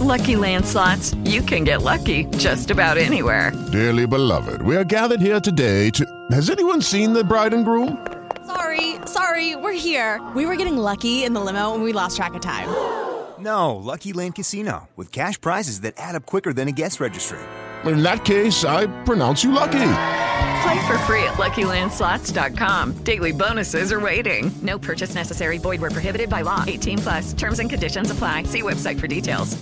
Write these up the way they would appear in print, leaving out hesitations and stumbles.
Lucky Land Slots, you can get lucky just about anywhere. Dearly beloved, we are gathered here today to... Has anyone seen the bride and groom? Sorry, we're here. We were getting lucky in the limo and we lost track of time. No, Lucky Land Casino, with cash prizes that add up quicker than a guest registry. In that case, I pronounce you lucky. Play for free at LuckyLandSlots.com. Daily bonuses are waiting. No purchase necessary. Void where prohibited by law. 18+. Terms and conditions apply. See website for details.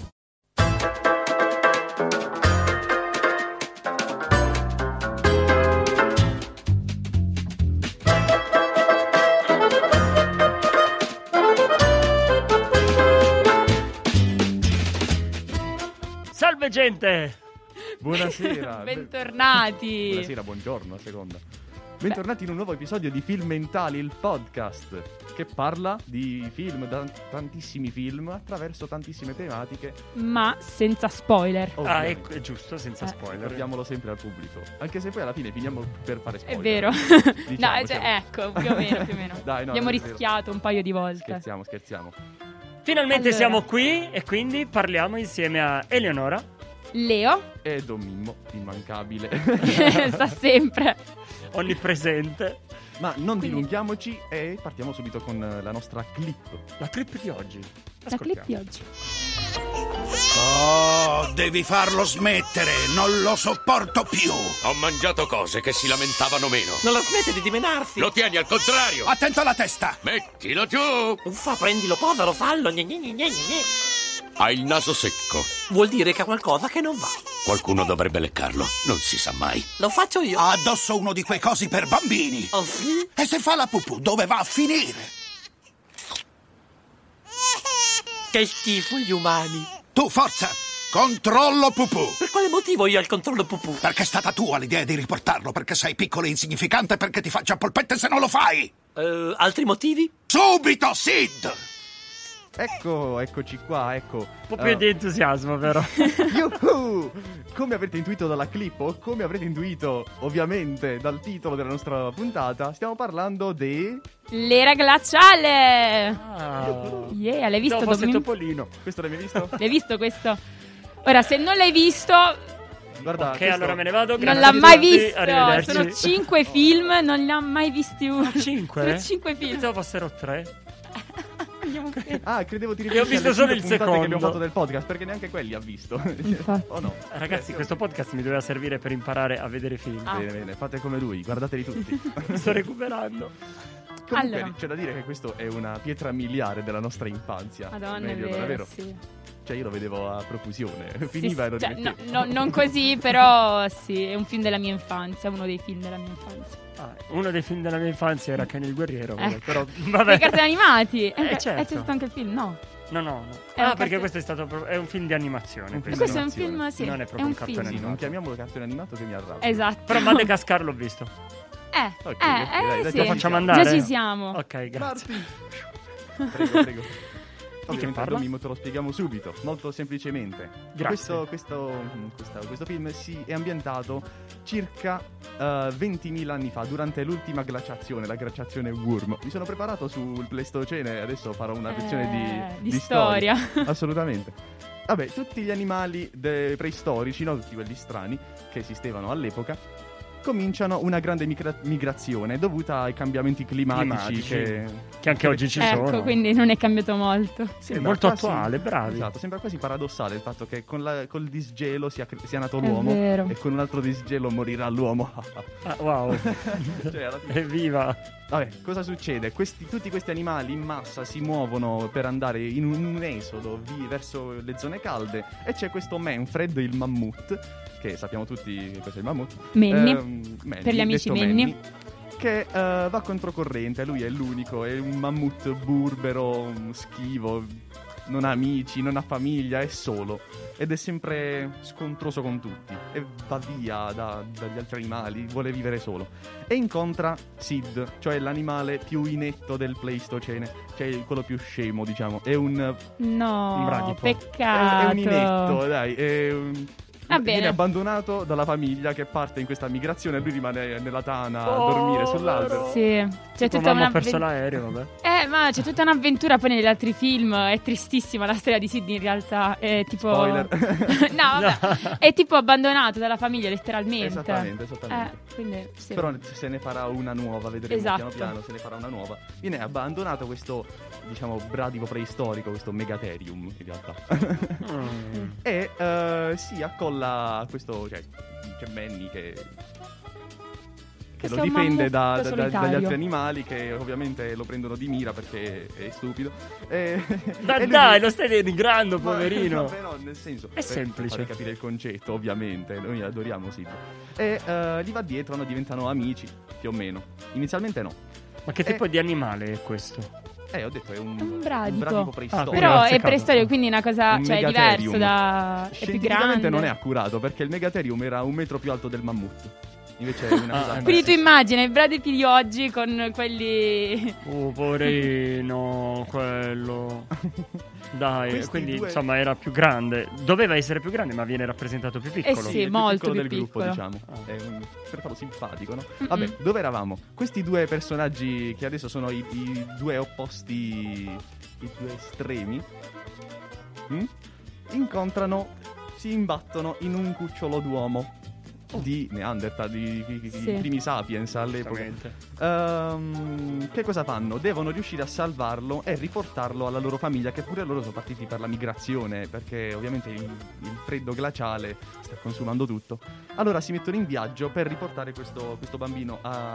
Salve gente! Buonasera. Bentornati. Buonasera, buongiorno a seconda. Bentornati in un nuovo episodio di Film Mentali, il podcast che parla di film, tantissimi film, attraverso tantissime tematiche. Ma senza spoiler. Ecco, è giusto, senza spoiler. Ricordiamolo sempre al pubblico. Anche se poi alla fine finiamo per fare spoiler. È vero. Diciamo, no, ecco, più o meno. Dai, no, abbiamo rischiato un paio di volte. Scherziamo. Finalmente allora, siamo qui e quindi parliamo insieme a Eleonora, Leo e Don Mimmo, immancabile. sta sempre onnipresente. Ma non dilunghiamoci e partiamo subito con la nostra clip. La clip di oggi. la clip di oggi. Oh, devi farlo smettere, non lo sopporto più. Ho mangiato cose che si lamentavano meno. Non la smette di dimenarsi. Lo tieni al contrario. Attento alla testa. Mettilo giù. Uffa, prendilo povero, fallo. Gne, gne, gne, gne, gne. Hai il naso secco. Vuol dire che ha qualcosa che non va. Qualcuno dovrebbe leccarlo, non si sa mai. Lo faccio io. Ha addosso uno di quei cosi per bambini. Oh sì? E se fa la pupù, dove va a finire? Che schifo gli umani. Tu, forza, controllo pupù. Per quale motivo io al controllo pupù? Perché è stata tua l'idea di riportarlo, perché sei piccolo e insignificante, perché ti faccio a polpette se non lo fai. Altri motivi? Subito, Sid! Eccoci qua, ecco. Un po' più di entusiasmo, però. Yuhu! Come avrete intuito dalla clip, o come avrete intuito ovviamente dal titolo della nostra puntata, stiamo parlando di... L'era glaciale. Ah. L'hai visto, No, fosse Dommi? Topolino. Questo l'hai mai visto? L'hai visto questo? Ora, se non l'hai visto, Guarda, Ok, questo- allora me ne vado. non Grazie l'ha a mai tutti, visto. arrivederci. Sono 5 film, non ne ha mai visti uno. 5? Sono 5 film. Pensavo fossero 3. Andiamo qui. Ah, credevo ti Io ho riferissi visto alle solo 5 il puntate secondo. che abbiamo fatto del podcast, perché neanche quelli ha visto. Infatti. Oh no. Ragazzi, questo podcast mi doveva servire per imparare a vedere film. Ah. Bene, fate come lui, guardateli tutti. Mi sto recuperando. Comunque Allora. c'è da dire che questo è una pietra miliare della nostra infanzia. Madonna, è Meglio, non vero, sì. Cioè io lo vedevo a profusione, Sì, finiva e lo cioè, rimettevo. non così, però sì, è un film della mia infanzia, uno dei film della mia infanzia. Uno dei film della mia infanzia era Ken il guerriero. Però I vabbè. cartoni animati. certo. C'è stato anche il film, no? No. È un Perché cartone- questo è stato è un film di animazione. Un film Questo è un d'animazione. film, sì. Non è proprio un un cartone film. Sì, animato. non chiamiamolo cartone animato che mi arrabbio. Esatto. Però Madagascar l'ho visto. Ok, dai, sì. lo facciamo andare? Già ci siamo. Ok, grazie. Marti. Prego. Di che Ovviamente parla? Mimmo te lo spieghiamo subito, molto semplicemente. Grazie. Questo film è ambientato circa 20.000 anni fa, durante l'ultima glaciazione, la glaciazione Wurm. Mi sono preparato sul Pleistocene e adesso farò una lezione di storia. Assolutamente. Vabbè, tutti gli animali preistorici, no, tutti quelli strani che esistevano all'epoca, cominciano una grande migrazione dovuta ai cambiamenti climatici che anche oggi ci Ecco, sono. quindi non è cambiato molto. Sembra molto quasi- attuale, bravi. Esatto, sembra quasi paradossale il fatto che col disgelo sia nato È l'uomo vero. e con un altro disgelo morirà l'uomo. Ah, wow. Cioè, alla fine- Evviva. Vabbè, cosa succede? Tutti questi animali in massa si muovono per andare in un esodo verso le zone calde e c'è questo Manfred, il mammut, che sappiamo tutti che cos'è il mammut. Manny. Manny, Per gli amici detto Manny. che va controcorrente, lui è l'unico, è un mammut burbero, schivo, non ha amici, non ha famiglia, è solo ed è sempre scontroso con tutti e va via dagli altri animali, vuole vivere solo e incontra Sid, cioè l'animale più inetto del Pleistocene, cioè quello più scemo, diciamo. È un No, Un bradipo. peccato. è un inetto, dai, è un Va bene. Viene abbandonato dalla famiglia che parte in questa migrazione e lui rimane nella tana a dormire sull'albero. Sì, c'è tutta Mamma ha perso l'aereo, vabbè. Ma c'è tutta un'avventura poi negli altri film. È tristissima la storia di Sidney, in realtà è tipo Spoiler. No, vabbè. È tipo abbandonato dalla famiglia letteralmente. Esattamente. Quindi, sì. Però se ne farà una nuova, vedremo Esatto. piano piano, se ne farà una nuova. Viene abbandonato questo, diciamo, bradipo preistorico, questo Megatherium in realtà. E si accolla questo, cioè, c'è Manny che Questo lo difende mammut dagli solitario. altri animali che ovviamente lo prendono di mira perché è stupido. E lui- Dai, lo stai denigrando, Ma- poverino. Vabbè, no, nel senso, È per semplice. fare capire il concetto, ovviamente. Noi adoriamo Sid. E gli va dietro, diventano amici, più o meno. Inizialmente no. Ma che tipo di animale è questo? Ho detto, è un bradipo. preistorico. Però è azzeccato. preistorico, quindi è una cosa, Un cioè, è Megatherium. diverso da... è più Scientificamente grande. non è accurato perché il Megatherium era 1 metro più alto del mammut. Invece è una cosa. Quindi tu immagina i bradipi di oggi con quelli... Poverino, quello. Dai, Questi quindi due- insomma era più grande. Doveva essere più grande, ma viene rappresentato più piccolo. sì, è il molto piccolo più del gruppo, piccolo. diciamo. Per farlo simpatico, no? Vabbè, dove eravamo? Questi due personaggi che adesso sono i due opposti, i due estremi, si imbattono in un cucciolo d'uomo di Neanderthal, di Sì. primi sapiens all'epoca. Che cosa fanno? Devono riuscire a salvarlo e riportarlo alla loro famiglia, che pure loro sono partiti per la migrazione, perché ovviamente il freddo glaciale sta consumando tutto. Allora si mettono in viaggio per riportare questo bambino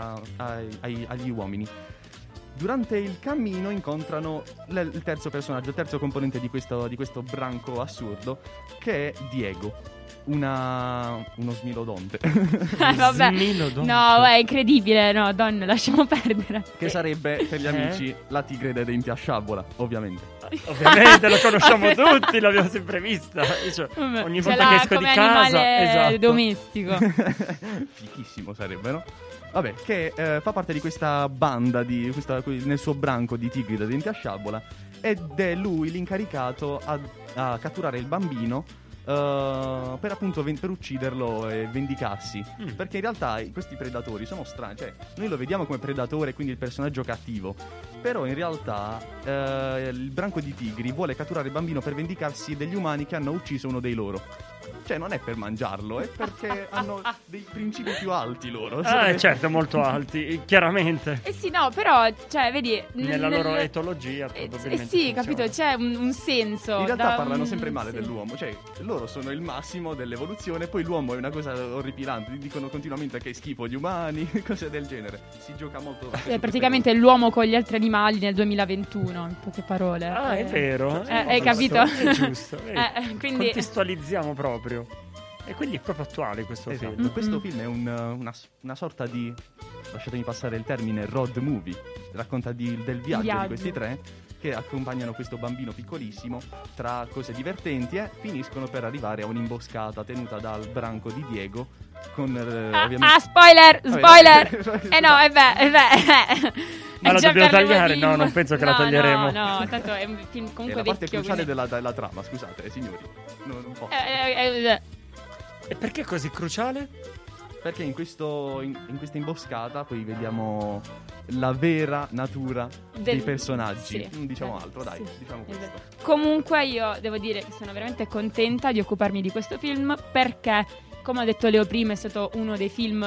agli uomini. Durante il cammino incontrano il terzo personaggio, il terzo componente di questo branco assurdo, che è Diego. Uno smilodonte. Vabbè. No, è incredibile. No, donne, lasciamo perdere. Che sarebbe per gli amici la tigre dei denti a sciabola, ovviamente. Ovviamente lo conosciamo tutti, l'abbiamo sempre vista. Cioè, Vabbè, ogni ce volta l'ha che esco di come casa, animale esatto. domestico. Fichissimo sarebbe, no? Vabbè, che fa parte di questa banda, nel suo branco di tigri da denti a sciabola, ed è lui l'incaricato a catturare il bambino per appunto per ucciderlo e vendicarsi. Perché in realtà questi predatori sono strani, cioè noi lo vediamo come predatore, quindi il personaggio cattivo, però in realtà il branco di tigri vuole catturare il bambino per vendicarsi degli umani che hanno ucciso uno dei loro. Cioè non è per mangiarlo, è perché hanno dei principi più alti loro. Certo, molto alti, chiaramente. Sì, no, però, cioè, vedi... Nella loro etologia probabilmente sì, funziona. capito, c'è un senso. In realtà parlano sempre male sì. dell'uomo, cioè loro sono il massimo dell'evoluzione, poi l'uomo è una cosa orripilante, dicono continuamente che è schifo gli umani, cose del genere. Si gioca molto. È praticamente l'uomo con gli altri animali nel 2021, in poche parole. È vero. Hai capito? È giusto. Quindi... Contestualizziamo proprio. E quindi è proprio attuale questo film. Questo film è una sorta di, lasciatemi passare il termine, road movie. Racconta del viaggio di questi tre che accompagnano questo bambino piccolissimo tra cose divertenti e finiscono per arrivare a un'imboscata tenuta dal branco di Diego con ovviamente... spoiler! Vabbè, no, beh. Ma la dobbiamo tagliare? No, non penso che la taglieremo. No, tanto è un film comunque è la parte vecchio. cruciale Quindi... della trama, scusate, signori. Non posso. E perché è così cruciale? Perché in questa imboscata poi vediamo la vera natura dei personaggi. Sì. Non diciamo altro, dai, Sì. diciamo questo. Comunque io devo dire che sono veramente contenta di occuparmi di questo film perché, come ho detto Leo prima, è stato uno dei film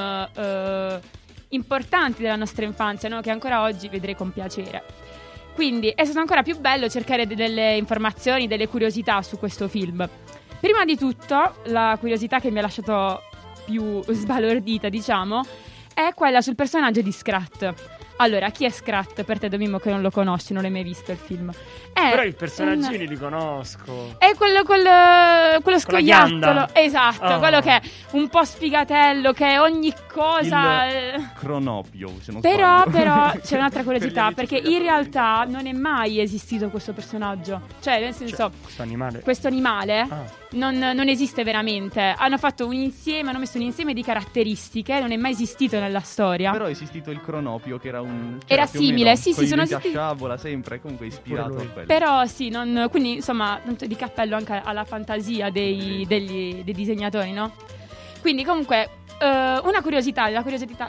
importanti della nostra infanzia, no? Che ancora oggi vedrei con piacere. Quindi è stato ancora più bello cercare delle informazioni, delle curiosità su questo film. Prima di tutto, la curiosità che mi ha lasciato più sbalordita, diciamo, è quella sul personaggio di Scrat. Allora, chi è Scrat? Per te, Domimmo, che non lo conosci, non l'hai mai visto il film. Però i personaggini li conosco. È quello scoiattolo. Esatto, quello che è un po' sfigatello, che è ogni cosa. Il Cronopio, se non Però sbaglio. c'è un'altra curiosità, perché in realtà non è mai esistito questo personaggio. Cioè, nel senso, questo animale non esiste veramente. Hanno messo un insieme di caratteristiche, non è mai esistito nella storia. Però è esistito il Cronopio, che era Era più o simile, meno, sì, con i sono denti a tutti- sciabola, sempre comunque ispirato a quello. Però sì, quindi insomma, tanto di cappello anche alla fantasia dei disegnatori, no? Quindi comunque una curiosità, la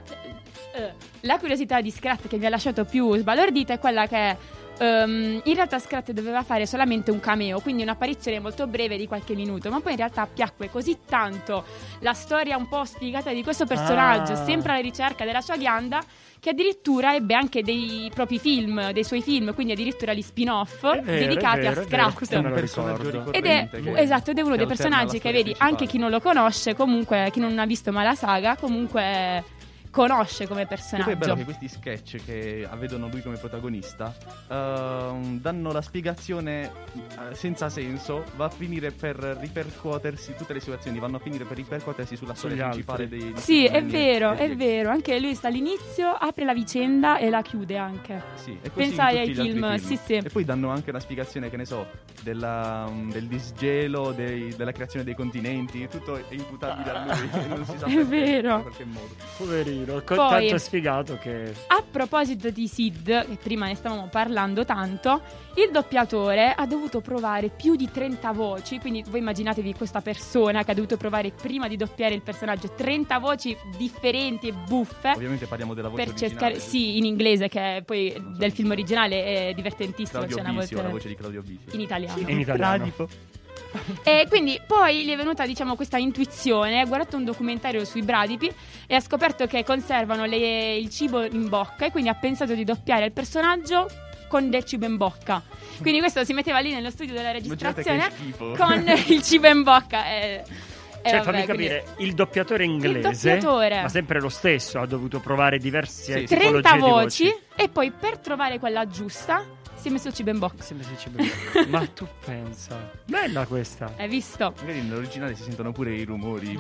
curiosità di Scrat che mi ha lasciato più sbalordita è quella che in realtà Scrat doveva fare solamente un cameo, quindi un'apparizione molto breve di qualche minuto, ma poi in realtà piacque così tanto la storia un po' spiegata di questo personaggio, sempre alla ricerca della sua ghianda, che addirittura ebbe anche dei propri film, dei suoi film, quindi addirittura gli spin-off dedicati a Scrat. Questo è un personaggio ricorrente Ed è uno dei personaggi che vedi, anche chi non lo conosce, comunque chi non ha visto mai la saga, comunque conosce come E personaggio. poi è bello che questi sketch che vedono lui come protagonista danno la spiegazione senza senso, va a finire per ripercuotersi, tutte le situazioni vanno a finire per ripercuotersi sulla storia principale dei Sì, è vero, e è vero. Anche lui sta all'inizio, apre la vicenda e la chiude anche. Sì, e così Pensai in ai tutti gli film, altri sì. E poi danno anche una spiegazione, che ne so, del disgelo, della creazione dei continenti, tutto è imputabile a lui, non si sa È perché, vero. in qualche modo. Poverino, Poi- tanto è sfigato che... A proposito di Sid, che prima ne stavamo parlando tanto, il doppiatore ha dovuto provare più di 30 voci, quindi voi immaginatevi questa persona che ha dovuto provare prima di doppiare il personaggio 30 voci differenti e buffe. Ovviamente parliamo della voce Per originale. cercare, sì, in inglese, che poi del film originale è divertentissimo. Claudio c'è una Bisio, volta la voce di Claudio Bisio. in italiano. In italiano. E quindi poi gli è venuta, diciamo, questa intuizione. Ha guardato un documentario sui bradipi e ha scoperto che conservano il cibo in bocca, e quindi ha pensato di doppiare il personaggio con del cibo in bocca. Quindi questo si metteva lì nello studio della registrazione che schifo. con il cibo in bocca. Cioè, vabbè, fammi quindi- capire, il doppiatore inglese, doppiatore. ma sempre lo stesso, ha dovuto provare diverse Sì, 30 tipologie di voci, e poi per trovare quella giusta si è messo il cibo in bocca. Sembra se ci bevo. Ma tu pensa, bella questa. Hai visto? Magari nell'originale si sentono pure i rumori.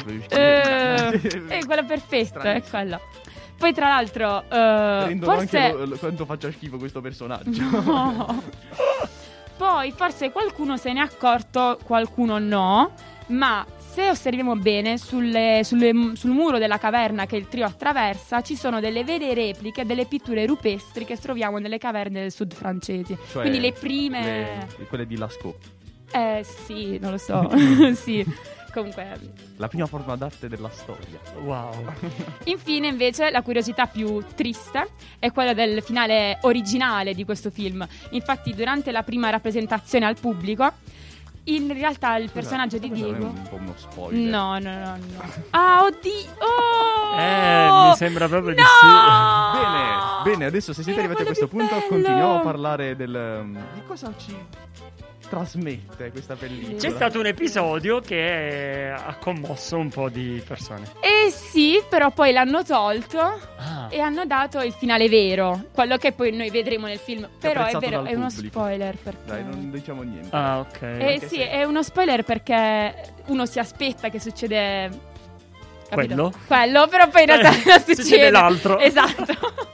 È quella perfetta, è quella. Poi tra l'altro Rendono forse anche quanto faccia schifo questo personaggio. no. Poi forse qualcuno se ne è accorto, qualcuno no. Ma se osserviamo bene sul muro della caverna che il trio attraversa, ci sono delle vere repliche delle pitture rupestri che troviamo nelle caverne del sud francesi. Cioè, quindi le prime quelle di Lascaux. sì, non lo so. Sì. Comunque, La prima forma d'arte della storia. Wow. infine, invece, la curiosità più triste è quella del finale originale di questo film. Infatti, durante la prima rappresentazione al pubblico, in realtà il personaggio di Questo è Diego... un po' uno spoiler. No. Ah, oddio! Oh! Mi sembra proprio di No! Bene, adesso se siete Era arrivati a quello questo più punto bello! continuiamo a parlare di cosa ci trasmette questa pellicola. C'è stato un episodio che ha commosso un po' di persone. Eh sì, però poi l'hanno tolto Ah. e hanno dato il finale vero, quello che poi noi vedremo nel film. Però è apprezzato vero, dal è uno pubblico. spoiler perché... Dai, non diciamo niente. Ah, ok. Eh sì, è uno spoiler perché uno si aspetta che succede... capito? Quello? Però poi in realtà non succede. Succede l'altro. Esatto.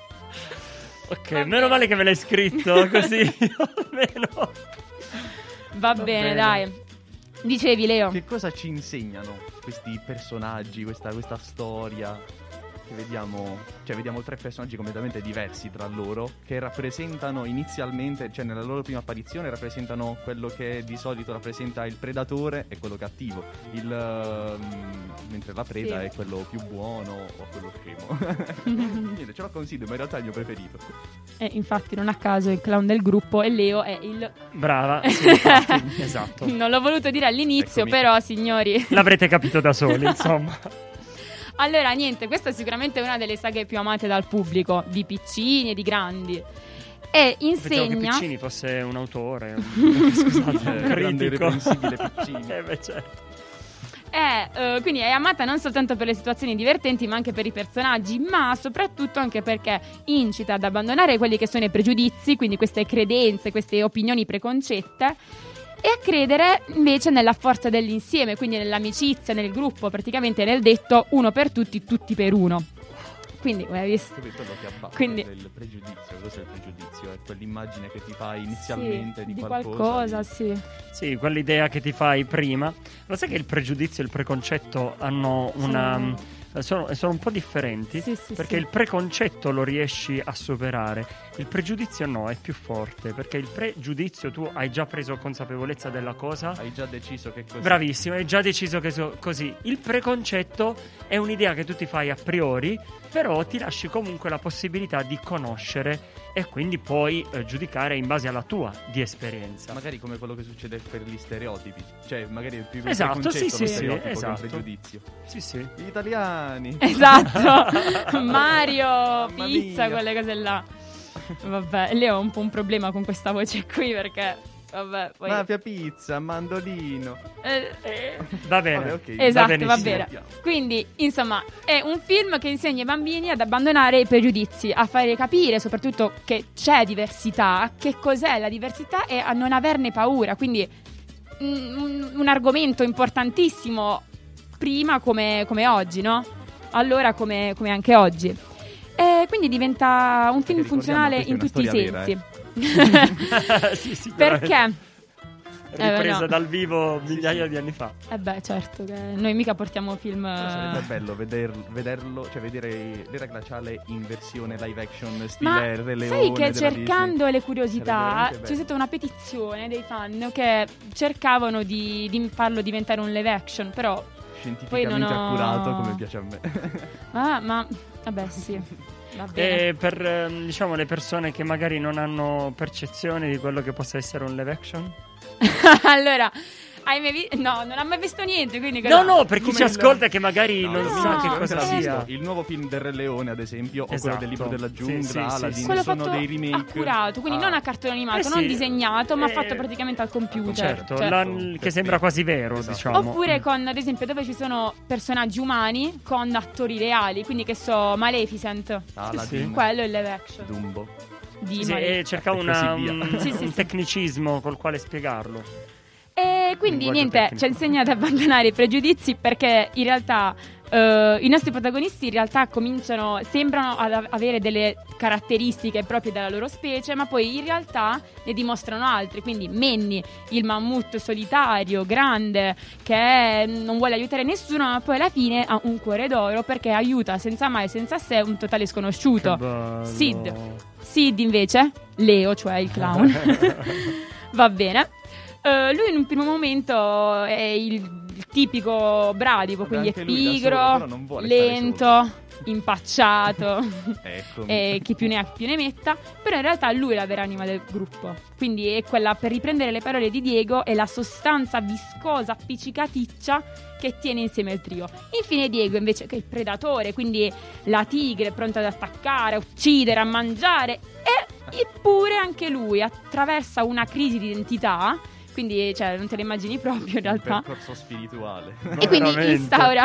Ok, Va meno bene. male che me l'hai scritto così almeno. Va bene, bene. dai. Dicevi, Leo. Che cosa ci insegnano questi personaggi, questa storia che vediamo? Cioè, vediamo tre personaggi completamente diversi tra loro, che rappresentano inizialmente, cioè nella loro prima apparizione, rappresentano quello che di solito rappresenta il predatore e quello cattivo. Mentre la preda Sì. è quello più buono o quello scemo. Niente, ce l'ho consiglio, ma in realtà è il mio preferito. Infatti, non a caso il clown del gruppo e Leo è il... Brava, sì, infatti, esatto. Non l'ho voluto dire all'inizio, Eccomi. però, signori... L'avrete capito da soli, insomma. Allora, niente, questa è sicuramente una delle saghe più amate dal pubblico, di piccini e di grandi. E Pensavo che insegna... Piccini fosse un autore, scusate, un grande critico. irreprensibile Piccini. Beh, certo. Quindi è amata non soltanto per le situazioni divertenti, ma anche per i personaggi, ma soprattutto anche perché incita ad abbandonare quelli che sono i pregiudizi, quindi queste credenze, queste opinioni preconcette, e a credere invece nella forza dell'insieme, quindi nell'amicizia, nel gruppo, praticamente nel detto uno per tutti, tutti per uno. Quindi, come hai visto? Quello che abbatte Quindi- del pregiudizio. Cos'è il pregiudizio? È quell'immagine che ti fai inizialmente Sì, di qualcosa, sì. Sì, quell'idea che ti fai prima. Lo sai che il pregiudizio e il preconcetto hanno una sono un po' differenti, perché il preconcetto lo riesci a superare, il pregiudizio no, è più forte, perché il pregiudizio tu hai già preso consapevolezza della cosa, hai già deciso che così. Bravissimo, hai già deciso che così. Il preconcetto è un'idea che tu ti fai a priori, però ti lasci comunque la possibilità di conoscere e quindi puoi giudicare in base alla tua di esperienza. Magari come quello che succede per gli stereotipi, cioè magari è più esatto, sì, lo stereotipo esatto. che il pregiudizio. Sì. Gli italiani. Esatto. Mario, pizza, mia. quelle cose là. Vabbè, Leo ha un po' un problema con questa voce qui perché vabbè, poi... Mafia, pizza, mandolino. Va bene. Vabbè, okay. Esatto, va bene. Quindi, insomma, è un film che insegna ai bambini ad abbandonare i pregiudizi, a fare capire soprattutto che c'è diversità, che cos'è la diversità e a non averne paura. Quindi un argomento importantissimo prima come oggi, no? Allora come anche oggi. E quindi diventa un film funzionale in tutti i sensi. sì, perché? Ripresa No. dal vivo migliaia di anni fa. Beh, certo, che noi mica portiamo film. Sarebbe bello vederlo, cioè vedere l'era glaciale in versione live action stile Re Leone. Sai che della cercando Disney. le curiosità Sarebbe c'è stata una petizione dei fan che cercavano di farlo diventare un live action, però scientificamente accurato come piace a me. ma vabbè, sì. Va bene. E per diciamo le persone che magari non hanno percezione di quello che possa essere un live action? Allora, hai mai visto? No, non ha mai visto niente, quindi No, per chi ci ascolta che magari non sa che cosa l'ha sia. visto. Il nuovo film del Re Leone, ad esempio, o quello Esatto. del Libro della Giungla, Sì. Aladdin, quello sono fatto dei remake accurato, quindi non a cartone animato, non disegnato, ma fatto praticamente al computer. Certo, Cioè. che sembra quasi vero, diciamo. Oppure con, ad esempio, dove ci sono personaggi umani con attori reali, quindi che so, Maleficent. Aladdin. Quello è il live action. Dumbo. E cercavo un Sì. tecnicismo col quale spiegarlo. E quindi Linguaggio niente, tecnico. ci insegna ad abbandonare i pregiudizi, perché in realtà i nostri protagonisti in realtà sembrano avere delle caratteristiche proprie della loro specie, ma poi in realtà ne dimostrano altre. Quindi Manny, il mammut solitario, grande, che non vuole aiutare nessuno, ma poi alla fine ha un cuore d'oro perché aiuta senza mai, senza sé, un totale sconosciuto. Sid invece, Leo, cioè il clown. Va bene. Lui in un primo momento è il tipico bradipo, quindi è pigro, lento, impacciato e chi più ne ha più ne metta, però in realtà lui è la vera anima del gruppo, quindi è quella, per riprendere le parole di Diego, è la sostanza viscosa appiccicaticcia che tiene insieme il trio. Infine Diego invece, che è il predatore, quindi la tigre pronta ad attaccare, a uccidere, a mangiare, e eppure anche lui attraversa una crisi di identità. Quindi, cioè, non te le immagini proprio in realtà. Un percorso spirituale. E quindi instaura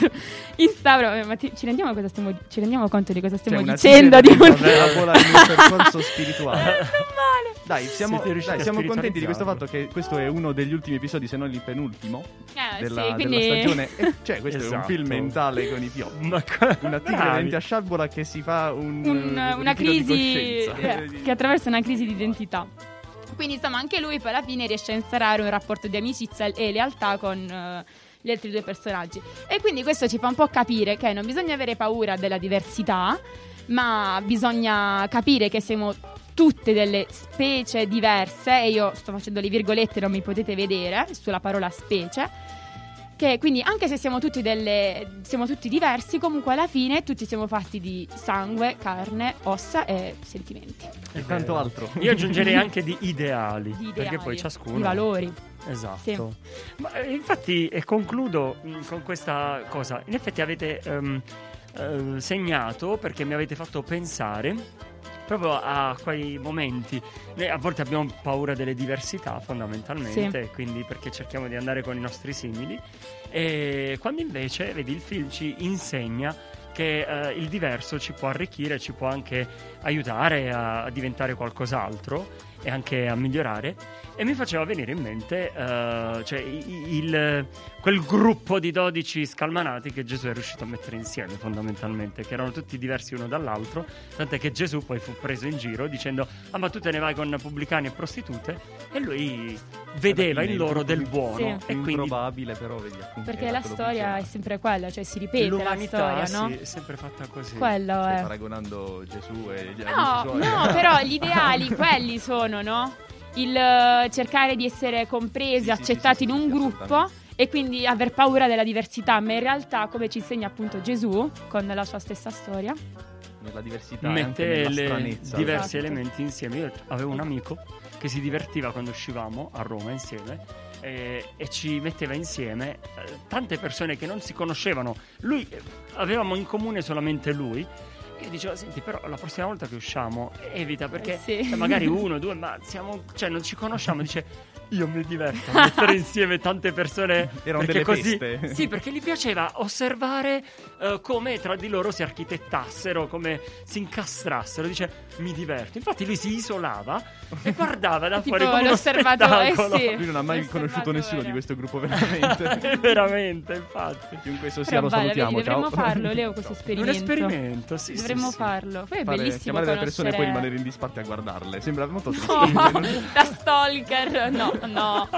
ma ci rendiamo conto di cosa stiamo dicendo? Di un percorso spirituale. Male. Dai, siamo contenti di questo fatto che questo è uno degli ultimi episodi, se non il penultimo della stagione. Cioè, questo è un film mentale con i piombi. Una tigre denti a sciabola che si fa una crisi che attraversa una crisi di identità. Quindi insomma anche lui poi alla fine riesce a instaurare un rapporto di amicizia e lealtà con gli altri due personaggi. E quindi questo ci fa un po' capire che non bisogna avere paura della diversità, ma bisogna capire che siamo tutte delle specie diverse, e io sto facendo le virgolette, non mi potete vedere, sulla parola specie. Che quindi anche se siamo tutti diversi, comunque alla fine tutti siamo fatti di sangue, carne, ossa e sentimenti. E tanto altro. Io aggiungerei anche di ideali, perché poi ciascuno... Di valori. Esatto. Sì. Ma infatti, e concludo con questa cosa. In effetti avete segnato, perché mi avete fatto pensare proprio a quei momenti. Noi a volte abbiamo paura delle diversità, fondamentalmente, quindi perché cerchiamo di andare con i nostri simili, e quando invece, vedi, il film ci insegna che il diverso ci può arricchire, ci può anche aiutare a diventare qualcos'altro e anche a migliorare. E mi faceva venire in mente quel gruppo di 12 scalmanati che Gesù è riuscito a mettere insieme, fondamentalmente, che erano tutti diversi uno dall'altro, tant'è che Gesù poi fu preso in giro dicendo: ah, ma tu te ne vai con pubblicani e prostitute? E lui vedeva in loro del buono. Sì. E quindi improbabile, però vedi, appunto, Perché la storia è sempre quella, cioè si ripete la storia, no? sì, è sempre fatta così. Quello Stai è. paragonando Gesù e gli No, amici suoi. no, però gli ideali quelli sono, no? Il cercare di essere compresi, accettati in un gruppo e quindi aver paura della diversità, ma in realtà, come ci insegna appunto Gesù con la sua stessa storia, nella diversità e anche mette nella le stranezza. diversi Esatto. elementi insieme. Io avevo un amico che si divertiva quando uscivamo a Roma insieme e ci metteva insieme tante persone che non si conoscevano. Lui avevamo in comune solamente lui. Io dicevo: senti, però la prossima volta che usciamo evita, perché sì. magari 1, 2, ma non ci conosciamo. Dice: io mi diverto a mettere insieme tante persone. Erano perché delle così peste. sì, perché gli piaceva osservare come tra di loro si architettassero, come si incastrassero. Dice: mi diverto. Infatti lui si isolava e guardava da Tipo fuori come uno l'osservatore, spettacolo. sì. Lui non ha mai conosciuto L'osservatore. nessuno di questo gruppo, veramente. Veramente, infatti. Chiunque esso sia, però lo vale, salutiamo. vedi, dovremmo Ciao. farlo, Leo, questo Un esperimento. esperimento, sì. Dovremmo sì. farlo. Poi è bellissimo Chiamare le persone e poi conoscere. rimanere in disparte a guardarle. Sembra molto No, triste. da stalker, no.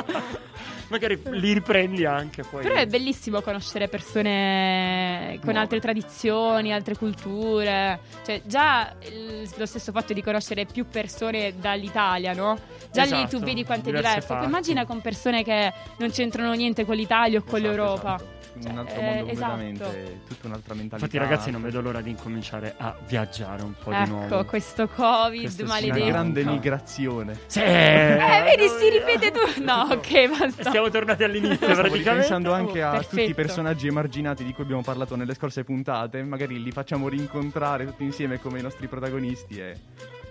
Magari li riprendi anche poi. Però è bellissimo conoscere persone con Nuove. altre tradizioni, altre culture. Cioè, già lo stesso fatto di conoscere più persone dall'Italia, no? Già lì Esatto, tu vedi quanto è diverse diverso. Poi parti. immagina con persone che non c'entrano niente con l'Italia o con l'Europa. Esatto. Cioè, Un altro mondo esatto. completamente, tutta un'altra mentalità. Infatti, ragazzi, non vedo l'ora di incominciare a viaggiare un po' di nuovo. Ecco, questo Covid Questo sì, maledetto. Una grande Manca. migrazione. Sì, Vedi, si ripete tu. No, ok, basta. Siamo tornati all'inizio, Stavo praticamente. ripensando anche a perfetto. tutti i personaggi emarginati di cui abbiamo parlato nelle scorse puntate. Magari li facciamo rincontrare tutti insieme come i nostri protagonisti e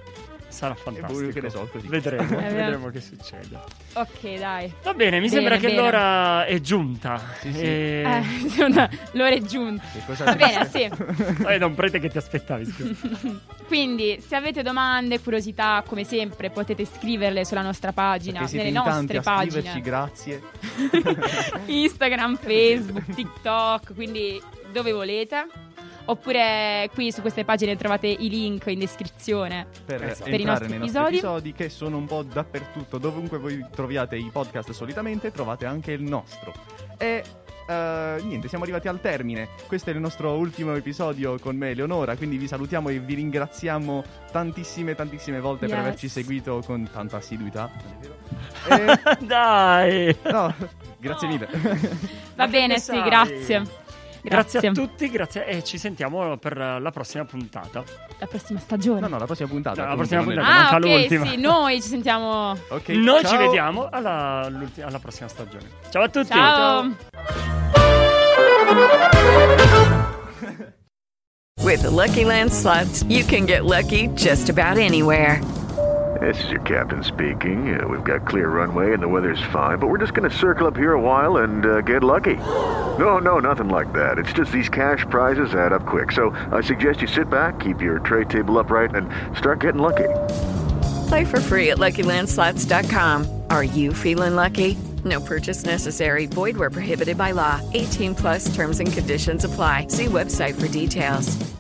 Sarà fantastico. che ne so, così. Vedremo, vero. vedremo che succede. Ok, dai. Va bene, mi sembra che bene. l'ora è giunta. Sì, sì. E... L'ora è giunta. Che cosa Va bene, triste. sì. da un prete che ti aspettavi, scusa. Quindi, se avete domande, curiosità, come sempre, potete scriverle sulla nostra pagina, Perché siete nelle in tanti nostre a scriverci, pagine. grazie. Instagram, Facebook, TikTok, quindi dove volete. Oppure qui su queste pagine trovate i link in descrizione Per Esatto. per i entrare nostri nei episodi. episodi che sono un po' dappertutto. Dovunque voi troviate i podcast solitamente, trovate anche il nostro. E niente, siamo arrivati al termine. Questo è il nostro ultimo episodio con me, Eleonora. Quindi vi salutiamo e vi ringraziamo tantissime volte per Yes. averci seguito con tanta assiduità. Non è vero? Dai! No, grazie mille. Va Ma bene, che sì, sai? grazie. Grazie a tutti, grazie e ci sentiamo per la prossima puntata. La prossima stagione. No, la prossima puntata. No, la appunto, prossima non è- puntata. Ah, manca ok, l'ultima. sì, noi ci sentiamo. Ok, Noi ciao. ci vediamo alla prossima stagione. Ciao a tutti! Ciao. With the Lucky Land Slots, you can get lucky just about anywhere. This is your captain speaking. We've got clear runway and the weather's fine, but we're just going to circle up here a while and get lucky. No, nothing like that. It's just these cash prizes add up quick. So I suggest you sit back, keep your tray table upright, and start getting lucky. Play for free at LuckyLandSlots.com. Are you feeling lucky? No purchase necessary. Void where prohibited by law. 18+ terms and conditions apply. See website for details.